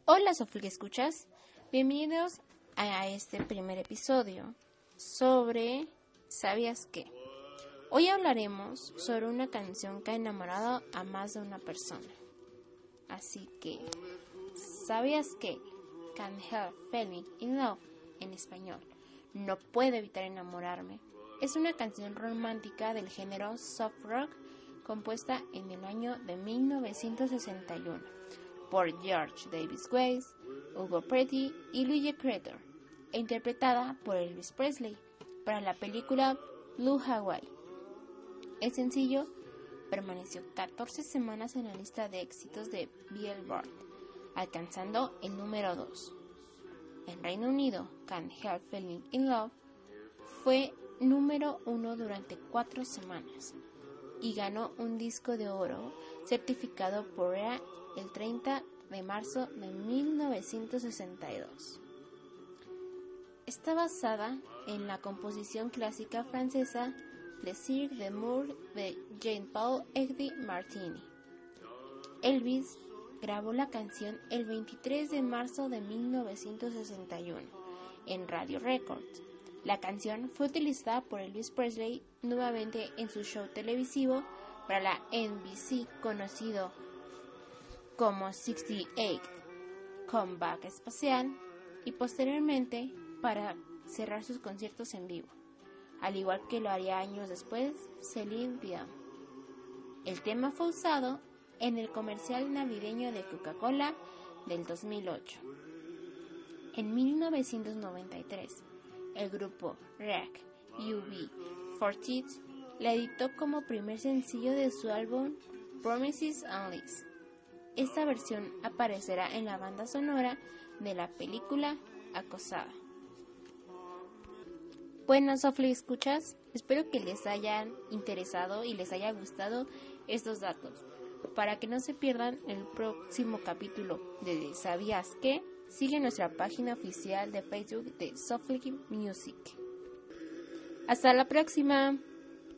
Hola, Sofía, ¿escuchas? Bienvenidos a este primer episodio sobre ¿sabías qué? Hoy hablaremos sobre una canción que ha enamorado a más de una persona. Así que, ¿sabías qué? Can't Help Falling in Love, en español, No puedo evitar enamorarme, es una canción romántica del género soft rock compuesta en el año de 1961 por George Davis Weiss, Hugo Pratt y Luigi Creator, e interpretada por Elvis Presley para la película Blue Hawaii. El sencillo permaneció 14 semanas en la lista de éxitos de Billboard, alcanzando el número 2. En Reino Unido, Can't Help Falling in Love fue número 1 durante 4 semanas y ganó un disco de oro certificado por ERA el 30 de marzo de 1962. Está basada en la composición clásica francesa Plaisir d'amour de Jean-Paul Eddy Martini. Elvis grabó la canción el 23 de marzo de 1961 en Radio Records. La canción fue utilizada por Elvis Presley nuevamente en su show televisivo para la NBC conocido como 68 Comeback Espacial y posteriormente para cerrar sus conciertos en vivo, al igual que lo haría años después Celine Dion. El tema fue usado en el comercial navideño de Coca-Cola del 2008. En 1993, el grupo Rack UB40 la editó como primer sencillo de su álbum Promises Unleashed. Esta versión aparecerá en la banda sonora de la película Acosada. Bueno, Sofía, ¿escuchas? Espero que les hayan interesado y les haya gustado estos datos. Para que no se pierdan el próximo capítulo de ¿Sabías qué? Sigue nuestra página oficial de Facebook de Sofía Music. ¡Hasta la próxima!